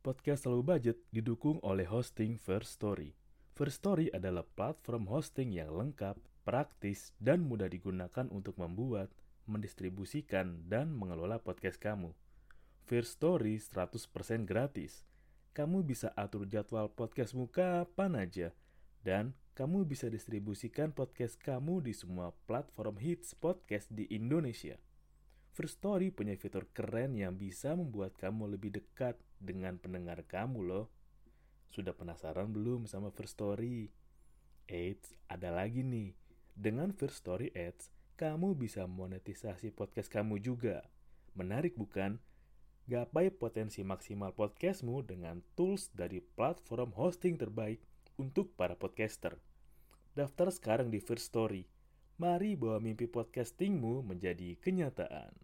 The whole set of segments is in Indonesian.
Podcast Selalu Budget didukung oleh hosting First Story. First Story adalah platform hosting yang lengkap, praktis, dan mudah digunakan untuk membuat, mendistribusikan, dan mengelola podcast kamu. First Story 100% gratis. Kamu bisa atur jadwal podcastmu kapan aja, dan kamu bisa distribusikan podcast kamu di semua platform hits podcast di Indonesia. First Story punya fitur keren yang bisa membuat kamu lebih dekat dengan pendengar kamu loh. Sudah penasaran belum sama First Story? Eits, ada lagi nih. Dengan First Story Ads, kamu bisa monetisasi podcast kamu juga. Menarik bukan? Gapai potensi maksimal podcastmu dengan tools dari platform hosting terbaik untuk para podcaster. Daftar sekarang di First Story. Mari bawa mimpi podcastingmu menjadi kenyataan.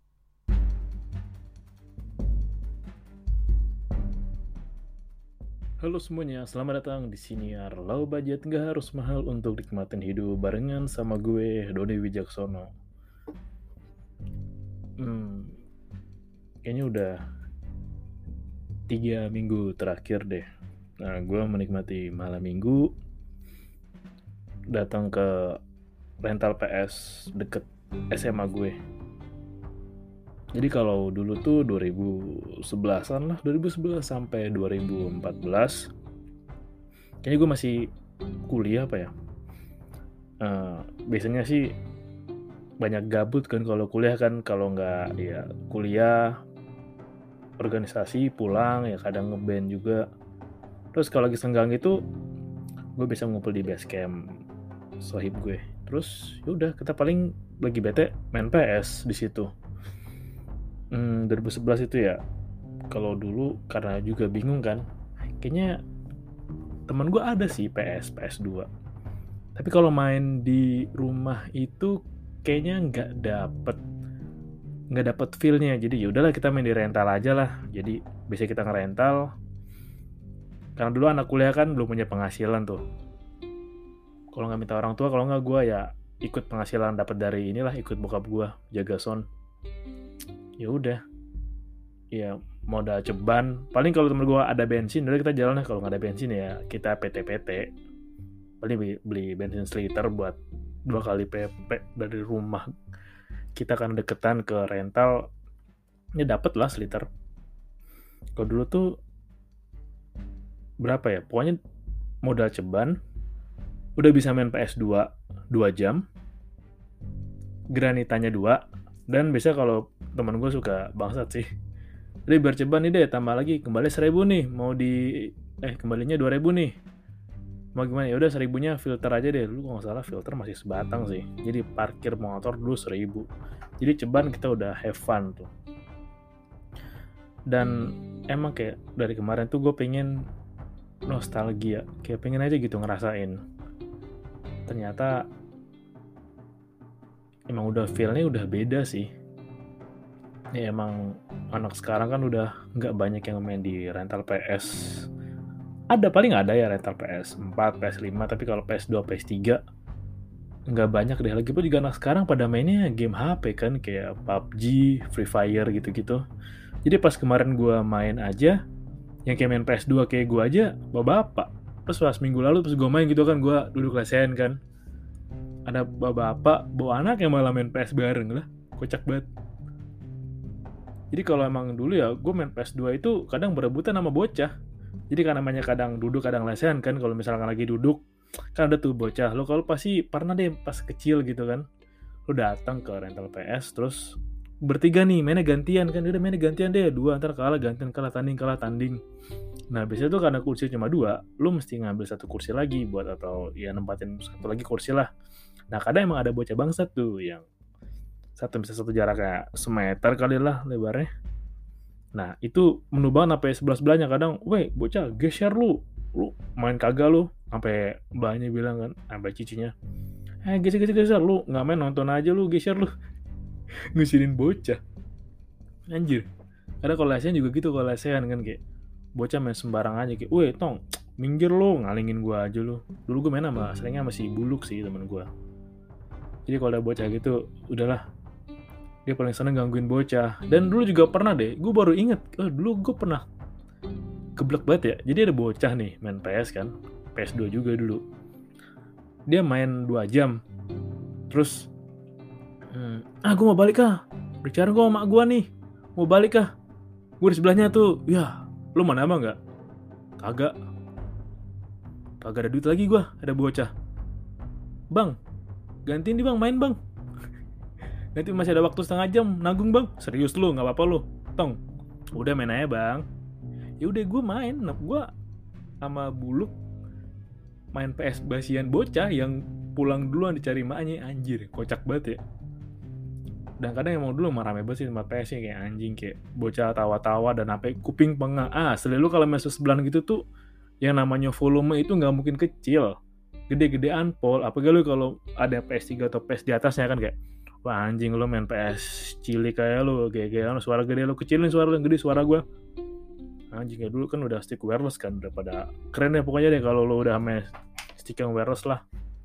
Halo semuanya, selamat datang di Siniar Low Budget. Nggak harus mahal untuk nikmatin hidup barengan sama gue, Doni Wijaksono. Kayaknya udah 3 minggu terakhir deh. Nah, gue menikmati malam minggu, datang ke rental PS deket SMA gue. Jadi kalau dulu tuh 2011-an lah, 2011 sampai 2014. Kayaknya gue masih kuliah apa ya. Biasanya sih banyak gabut kan kalau kuliah kan, kalau nggak ya kuliah, organisasi, pulang, ya kadang ngeband juga. Terus kalau lagi senggang itu, gue bisa ngumpul di base camp sohib gue. Terus yaudah kita paling lagi bete main PS di situ. 2011 itu ya, kalau dulu karena juga bingung kan, kayaknya teman gue ada sih PS2. Tapi kalau main di rumah itu kayaknya nggak dapet feel-nya. Jadi yaudahlah kita main di rental aja lah. Jadi biasanya kita ngerental. Karena dulu anak kuliah kan belum punya penghasilan tuh. Kalau nggak minta orang tua, kalau nggak gue ya ikut penghasilan dapat dari inilah, ikut bokap gue jaga sound. Ya udah, ya modal ceban. Paling kalau temen gue ada bensin, udah kita jalan lah. Kalau nggak ada bensin ya kita PT. Paling beli bensin seliter buat 2 kali PP dari rumah kita kan deketan ke rental, ya dapet lah seliter. Kalau dulu tuh berapa ya? Pokoknya modal ceban, udah bisa main PS2 2 jam, granitanya 2, dan biasanya kalau teman gue suka bangsat sih. Jadi biar ceban nih deh, tambah lagi, kembali 1.000 nih, kembalinya 2.000 nih. Mau gimana? Ya udah 1.000-nya filter aja deh. Lu kalau nggak salah filter masih sebatang sih. Jadi parkir motor dulu 1.000. Jadi ceban kita udah have fun tuh. Dan emang kayak dari kemarin tuh gue pengen nostalgia, kayak pengen aja gitu ngerasain. Ternyata emang udah feel-nya udah beda sih. Ya emang anak sekarang kan udah nggak banyak yang main di rental PS. Paling ada ya rental PS4, PS5, tapi kalau PS2, PS3 nggak banyak deh. Lagi pun juga anak sekarang pada mainnya game HP kan, kayak PUBG, Free Fire gitu-gitu. Jadi pas kemarin gue main aja, yang kayak main PS2 kayak gue aja, bapak-bapak. Terus pas minggu lalu pas gue main gitu kan, gue duduk lesehan kan, ada bapak-bapak bawa anak yang malah main PS bareng lah, kocak banget. Jadi kalau emang dulu ya, gue main PS2 itu kadang berebutan sama bocah. Jadi kan namanya kadang duduk, kadang lesehan kan. Kalau misalkan lagi duduk, kan ada tuh bocah. Lo kalau pasti pernah deh pas kecil gitu kan. Lo datang ke rental PS, terus bertiga nih, mainnya gantian kan. Udah mainnya gantian deh, 2 ntar kalah, gantian, kalah tanding. Nah biasanya tuh karena kursi cuma 2, lo mesti ngambil 1 kursi lagi buat, atau ya nempatin 1 lagi kursi lah. Nah kadang emang ada bocah bangsat tuh yang bisa satu jaraknya semeter kali lah lebarnya. Nah itu menu banget sampai sebelah-sebelahnya. Kadang, weh bocah geser lu main kagak lu, sampai mbaknya bilang kan, sampai cicinya, geser lu nggak main, nonton aja lu, geser lu. Ngusirin bocah anjir. Karena kalau lesehan juga gitu, kalau lesehan kan kayak bocah main sembarang aja, kayak weh tong minggir lu, ngalingin gua aja lu. Dulu gue main seringnya masih buluk sih temen gua. Jadi kalau ada bocah gitu, udahlah, dia paling seneng gangguin bocah. Dan dulu juga pernah deh, gue baru inget, dulu gue pernah geblek banget ya. Jadi ada bocah nih main PS kan, PS2 juga dulu. Dia main 2 jam. Terus gue mau balik ah. Bicara gue sama gue nih. Mau balik ah. Gue di sebelahnya tuh. Ya, lu mau nama nggak? Kagak ada duit lagi gue. Ada bocah. Bang, gantiin di bang, main bang. Nanti masih ada waktu setengah jam, nanggung bang. Serius lu, nggak apa-apa lu. Tong, udah main aja bang. Ya udah gue main. Nah, gue sama Buluk main PS basian bocah yang pulang duluan dicari maknya. Anjir, kocak banget ya. Dan kadang emang dulu emang rame banget sih tempat PS-nya, kayak anjing, kayak bocah tawa-tawa dan sampai kuping pengah. Selalu kalau masuk sebelahan gitu tuh yang namanya volume itu nggak mungkin kecil, gede-gedean pol. Apalagi lu kalau ada PS3 atau PS di atasnya kan kayak, wah anjing lu main PS cilik kayak lu, kayak suara gede lu kecilin suara lu yang gede suara gue. Anjing, kayak dulu kan udah stick wireless kan, udah pada keren ya pokoknya deh kalau lu udah main stick yang wireless lah.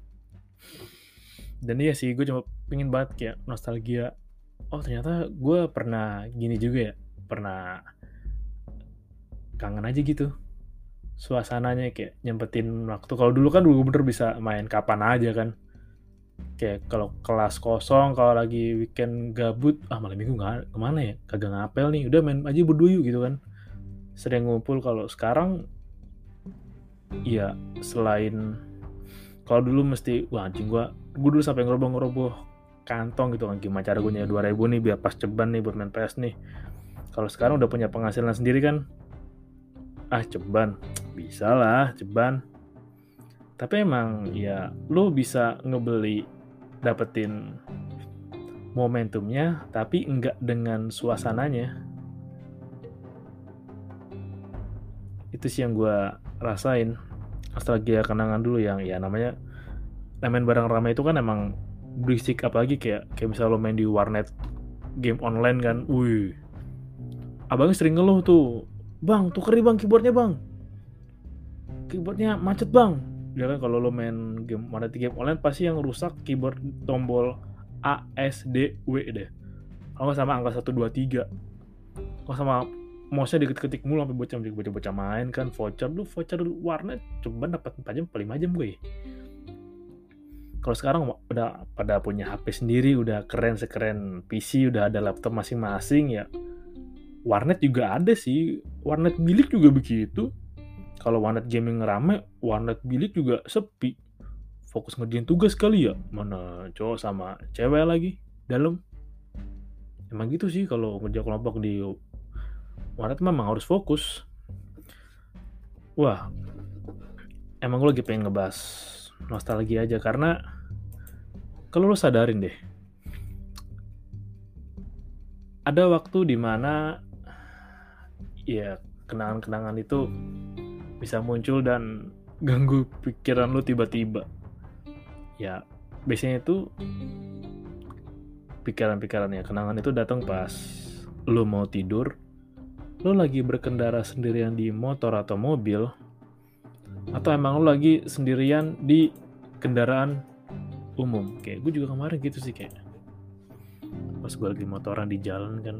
Dan iya sih, gue cuma pengen banget kayak nostalgia. Oh ternyata gue pernah gini juga ya, pernah kangen aja gitu suasananya, kayak nyempetin waktu. Kalau dulu kan gue bener bisa main kapan aja kan, kayak kalau kelas kosong, kalau lagi weekend gabut, malam minggu nggak kemana ya, kagak ngapel nih, udah main aja berdua yuk gitu kan, sering ngumpul. Kalau sekarang ya selain kalau dulu mesti wah anjing gue dulu sampai ngeroboh kantong gitu kan, gimana cara gue nyari 2.000 nih biar pas ceban nih buat main PS nih. Kalau sekarang udah punya penghasilan sendiri kan, ceban bisa lah ceban, tapi emang ya lo bisa ngebeli dapetin momentumnya tapi enggak dengan suasananya. Itu sih yang gue rasain, nostalgia kenangan dulu yang ya namanya main bareng ramai itu kan emang berisik. Apalagi kayak misalnya lo main di warnet game online kan, abangnya sering ngeluh tuh, bang tuker bang keyboardnya bang, keyboardnya macet bang. Ya kan kalau lo main game online pasti yang rusak keyboard tombol A, S, D, W deh. Kalau nggak sama angka 1, 2, 3. Kalau sama mouse-nya diketik mulu sampai bocah main kan. Voucher warnet coba dapat 4 jam, 5 jam gue. Kalau sekarang udah pada punya HP sendiri, udah keren sekeren PC, udah ada laptop masing-masing ya. Warnet juga ada sih, warnet bilik juga begitu. Kalau warnet gaming rame, warnet bilik juga sepi. Fokus ngerjain tugas kali ya, mana cowok sama cewek lagi dalam. Emang gitu sih kalau kerja kelompok di warnet memang harus fokus. Wah, emang gue lagi pengen ngebahas nostalgia aja, karena kalau lo sadarin deh, ada waktu dimana ya kenangan-kenangan itu bisa muncul dan ganggu pikiran lo tiba-tiba. Ya biasanya itu pikiran-pikirannya, kenangan itu datang pas lo mau tidur, lo lagi berkendara sendirian di motor atau mobil, atau emang lo lagi sendirian di kendaraan umum. Kayak gue juga kemarin gitu sih, kayak pas gue lagi motoran di jalan kan,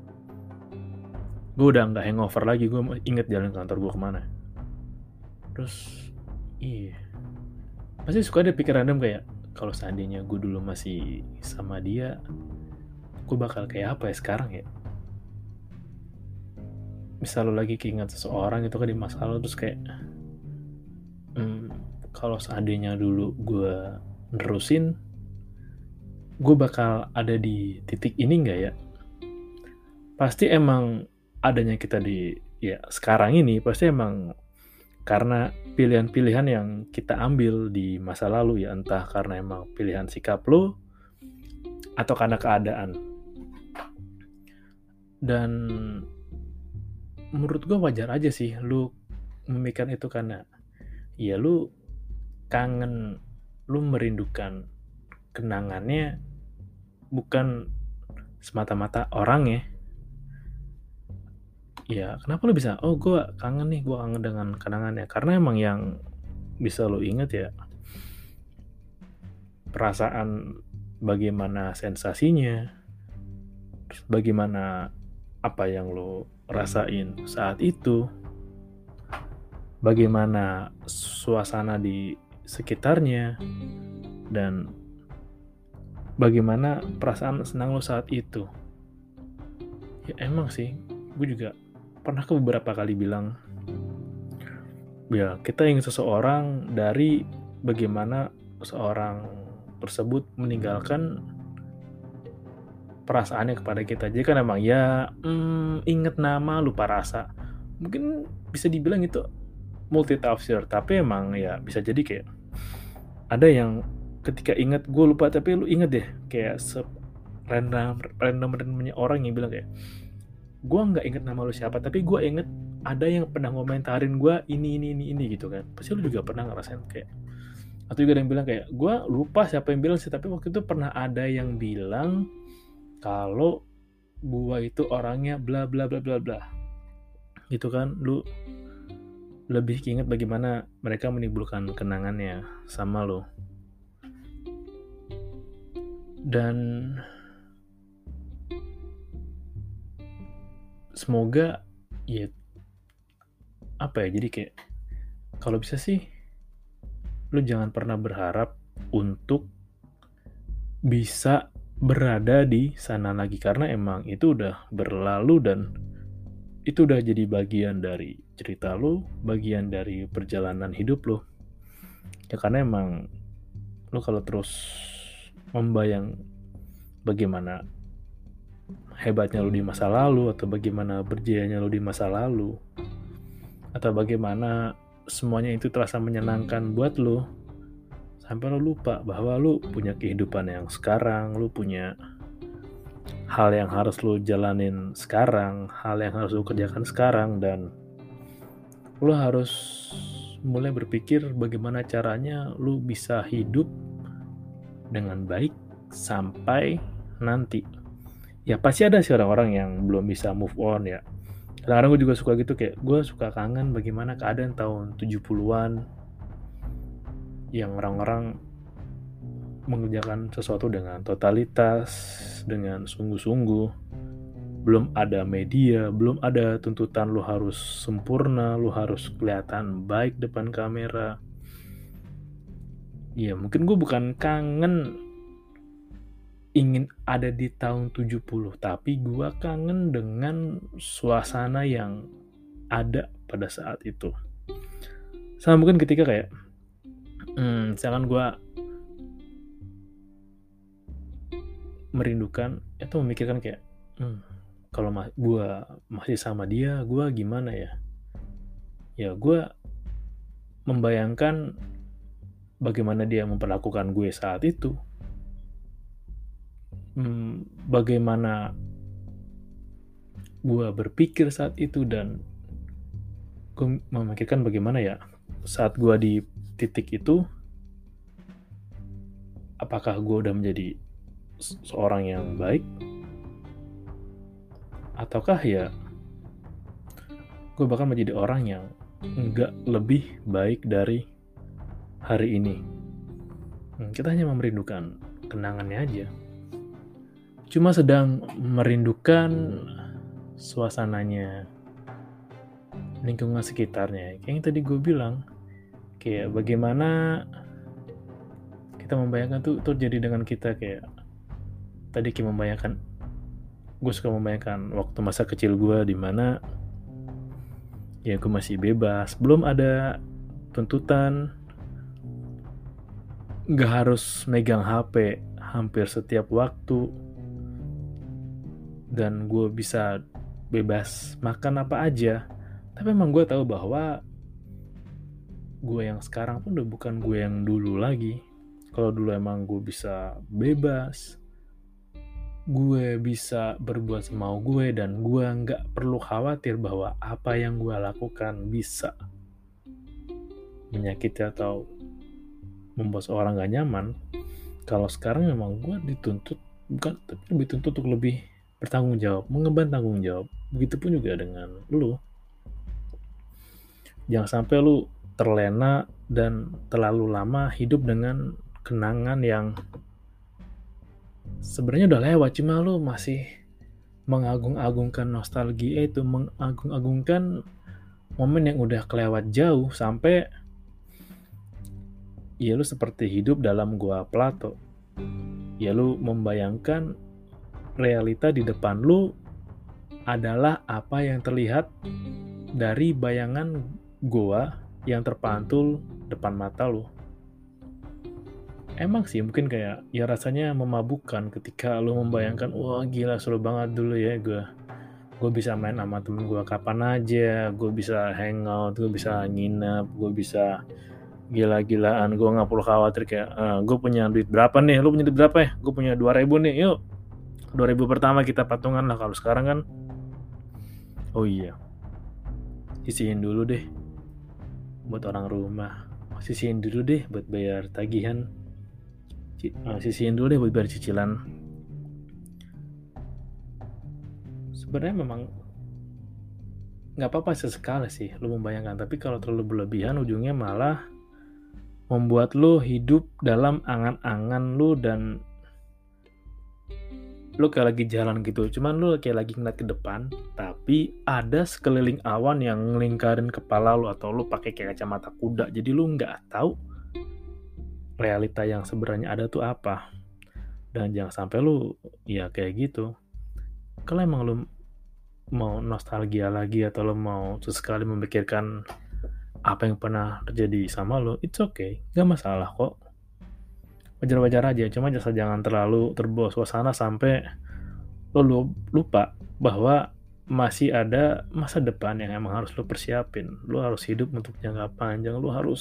gue udah nggak hangover lagi, gue inget jalan kantor gue kemana. Terus pasti suka ada pikiran random kayak, kalau seandainya gue dulu masih sama dia, gue bakal kayak apa ya sekarang ya. Misal lo lagi keinget seseorang itu kan di masa lalu, terus kayak kalau seandainya dulu gue nerusin, gue bakal ada di titik ini nggak ya. Pasti emang adanya kita di ya sekarang ini pasti emang karena pilihan-pilihan yang kita ambil di masa lalu ya, entah karena emang pilihan sikap lo atau karena keadaan. Dan menurut gue wajar aja sih lu memikirkan itu, karena ya lu kangen, lu merindukan kenangannya, bukan semata-mata orangnya. Ya kenapa lu bisa, gue kangen nih, gue kangen dengan kenangannya, karena emang yang bisa lu inget ya perasaan, bagaimana sensasinya, terus bagaimana apa yang lu rasain saat itu. bagaimana suasana di sekitarnya, dan bagaimana perasaan senang lo saat itu. Ya emang sih, gue juga pernah ke beberapa kali bilang, ya kita ingin seseorang dari bagaimana seorang tersebut meninggalkan perasaannya kepada kita. Jadi kan emang ya inget nama lupa rasa, mungkin bisa dibilang itu multi tafsir, tapi emang ya bisa jadi kayak ada yang ketika inget gue lupa, tapi lu inget deh kayak randomnya orang yang bilang kayak gue nggak inget nama lu siapa, tapi gue inget ada yang pernah ngomentarin gue ini gitu kan. Pasti lu juga pernah ngerasain kayak, atau juga ada yang bilang kayak gue lupa siapa yang bilang sih, tapi waktu itu pernah ada yang bilang kalau gue itu orangnya bla bla bla bla bla gitu kan. Lu lebih inget bagaimana mereka menimbulkan kenangannya sama lo. Dan semoga ya apa ya, jadi kayak kalau bisa sih lu jangan pernah berharap untuk bisa berada di sana lagi, karena emang itu udah berlalu dan itu udah jadi bagian dari cerita lu, bagian dari perjalanan hidup lu. Ya karena emang lu kalau terus membayang bagaimana hebatnya lu di masa lalu, atau bagaimana berjayanya lu di masa lalu, atau bagaimana semuanya itu terasa menyenangkan buat lu, sampai lu lupa bahwa lu punya kehidupan yang sekarang, lu punya hal yang harus lu jalanin sekarang, hal yang harus lu kerjakan sekarang, dan lu harus mulai berpikir bagaimana caranya lu bisa hidup dengan baik sampai nanti. Ya pasti ada sih orang-orang yang belum bisa move on ya. Kadang-kadang gue juga suka gitu, kayak gue suka kangen bagaimana keadaan tahun 70-an yang orang-orang mengerjakan sesuatu dengan totalitas, dengan sungguh-sungguh. Belum ada media, belum ada tuntutan lu harus sempurna, lu harus kelihatan baik depan kamera. Ya mungkin gue bukan kangen ingin ada di tahun 70, tapi gue kangen dengan suasana yang ada pada saat itu. Sama mungkin ketika kayak misalkan gue merindukan atau memikirkan kayak kalau gue masih sama dia, gue gimana ya? Ya gue membayangkan bagaimana dia memperlakukan gue saat itu, bagaimana gue berpikir saat itu, dan gue memikirkan bagaimana ya saat gue di titik itu, apakah gue udah menjadi seorang yang baik, ataukah ya gue bahkan menjadi orang yang nggak lebih baik dari hari ini. Kita hanya merindukan kenangannya aja, cuma sedang merindukan suasananya, lingkungan sekitarnya. Kayak yang tadi gue bilang, kayak bagaimana kita membayangkan tuh terjadi dengan kita. Kayak tadi kayak membayangkan, gue suka membayangkan waktu masa kecil gue di mana ya gue masih bebas, belum ada tuntutan, gak harus megang HP hampir setiap waktu, dan gue bisa bebas makan apa aja. Tapi emang gue tahu bahwa gue yang sekarang pun udah bukan gue yang dulu lagi. Kalau dulu emang gue bisa bebas, gue bisa berbuat semau gue, dan gue gak perlu khawatir bahwa apa yang gue lakukan bisa menyakiti atau membuat seorang gak nyaman. Kalau sekarang memang gue dituntut, bukan, tapi lebih tuntut untuk lebih bertanggung jawab, mengemban tanggung jawab. Begitupun juga dengan lu. Jangan sampai lu terlena dan terlalu lama hidup dengan kenangan yang sebenarnya udah lewat, cuma lu masih mengagung-agungkan nostalgia itu, mengagung-agungkan momen yang udah kelewat jauh sampai ya lu seperti hidup dalam gua Plato. Ya lu membayangkan realita di depan lu adalah apa yang terlihat dari bayangan gua yang terpantul depan mata lu. Emang sih mungkin kayak ya rasanya memabukkan ketika lu membayangkan wah gila seru banget dulu ya gue bisa main sama temen gue kapan aja, gue bisa hangout, gue bisa nginep, gue bisa gila-gilaan, gue nggak perlu khawatir kayak gue punya duit berapa nih, lu punya duit berapa ya, gue punya 2.000 nih, yuk 2.000 pertama kita patungan lah. Kalau sekarang kan oh iya sisihin dulu deh buat orang rumah, sisihin dulu deh buat bayar tagihan, sisihin dulu deh buat bayar cicilan. Sebenarnya memang nggak apa-apa sesekali sih lu membayangkan, tapi kalau terlalu berlebihan ujungnya malah membuat lu hidup dalam angan-angan lu dan lu kayak lagi jalan gitu, cuman lu kayak lagi ngeliat ke depan tapi ada sekeliling awan yang ngelingkarin kepala lu, atau lu pakai kayak kacamata kuda jadi lu nggak tahu realita yang sebenarnya ada tuh apa. Dan jangan sampai lu ya kayak gitu. Kalau emang lu mau nostalgia lagi atau lu mau sesekali memikirkan apa yang pernah terjadi sama lo, it's okay, gak masalah kok, wajar-wajar aja. Cuma jangan terlalu terbawa suasana sampai lo lupa bahwa masih ada masa depan yang emang harus lo persiapin. Lo harus hidup untuk jangka panjang, lo harus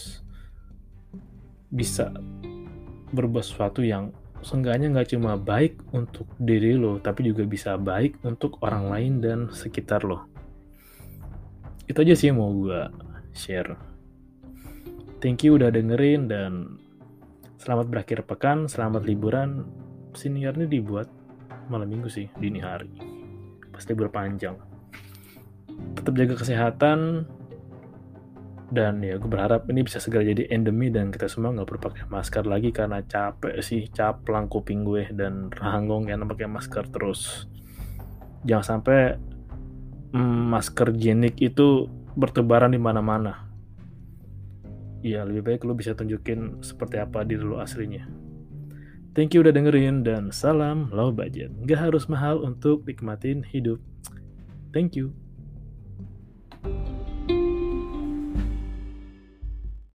bisa berbuat sesuatu yang seenggaknya nggak cuma baik untuk diri lo, tapi juga bisa baik untuk orang lain dan sekitar lo. Itu aja sih yang mau gue share. Thank you udah dengerin dan selamat berakhir pekan, selamat liburan. Siniar ini dibuat malam minggu sih, dini hari. Pas libur panjang. Tetap jaga kesehatan. Dan ya gue berharap ini bisa segera jadi endemi dan kita semua gak perlu pakai masker lagi karena capek sih, caplang kuping gue dan rahangong yang pakai masker terus. Jangan sampai masker jenik itu bertebaran di mana-mana. Ya lebih baik lu bisa tunjukin seperti apa diri lu aslinya. Thank you udah dengerin dan salam low budget. Gak harus mahal untuk nikmatin hidup. Thank you.